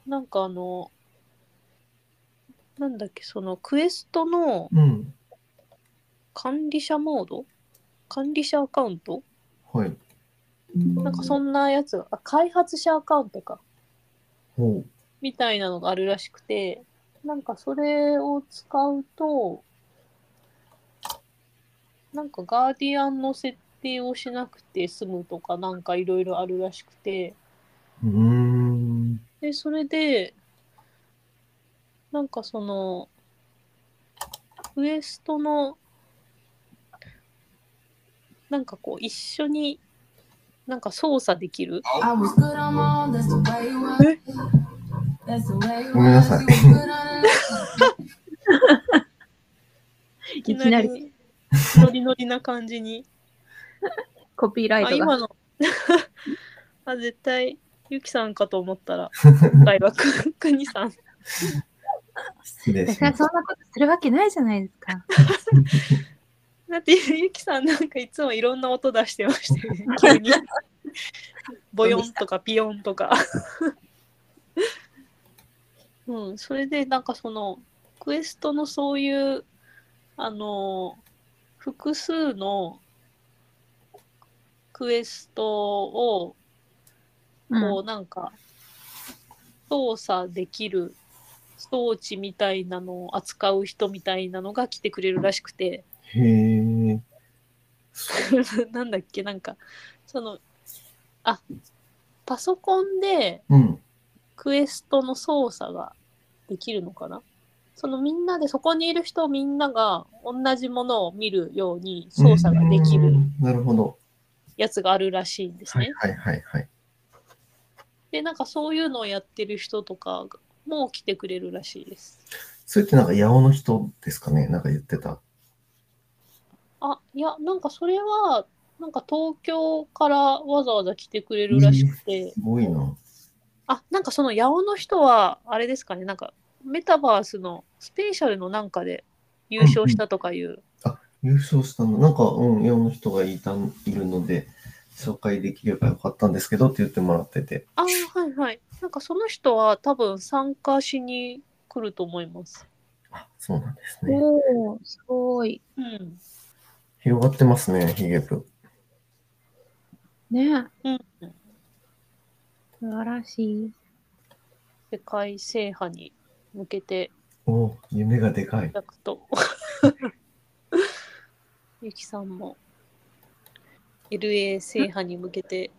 なんかなんだっけ、そのクエストのうん。 管理者モード管理者アカウントはい。 なんかそんなやつが、開発者アカウントか。 ほみたいなのがあるらしくて、なんかそれを使うと、なんかガーディアンの設定をしなくて済むとか、なんかいろいろあるらしくて、 う。 で、それで、なんかクエストの、なんかこう、一緒になんか操作できる。えごめんなさい。 いきいきなりなり、ノリノリな感じに。 コピーライトが。 今の絶対、ゆきさんかと思ったら、今回はくにさん。 失礼しました。 私はそんなことするわけないじゃないですか。 だって、ゆきさんなんかいつもいろんな音出してましたよね。急に。ボヨンとかピヨンとか。うん、それでなんかクエストのそういう、複数のクエストを、こうなんか、操作できる装置みたいなのを扱う人みたいなのが来てくれるらしくて。 へえ。 なんだっけ、なんか、パソコンでうん。 クエストの操作ができるのかな。みんなで、そこにいる人みんなが同じものを見るように操作ができるなるほど。 やつがあるらしいんですね。 はいはいはいはい。 で、なんかそういうのをやってる人とかも来てくれるらしいです。 それってなんか八尾の人ですかね、なんか言ってた。 いや、なんかそれは、なんか東京からわざわざ来てくれるらしくて、 すごいな。 なんかその八尾の人は、あれですかね、なんかメタバースのスペシャルのなんかで優うんうん。 勝したとかいう。 あ、優勝したの。なんか、うん、八尾の人がいるので、紹介できればよかったんですけどって言ってもらってて。 はいはい。なんかその人は多分参加しに来ると思います。 あ、そうなんですね。 おー、すごい。 うん。 広がってますね、ヒゲ部。 ね、 うん。 素晴らしい。 世界制覇に向けてお、夢がでかい。 やくと、ゆきさんも LA 制覇に向けて。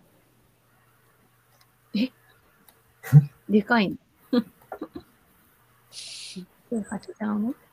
でかいの。18ちゃうの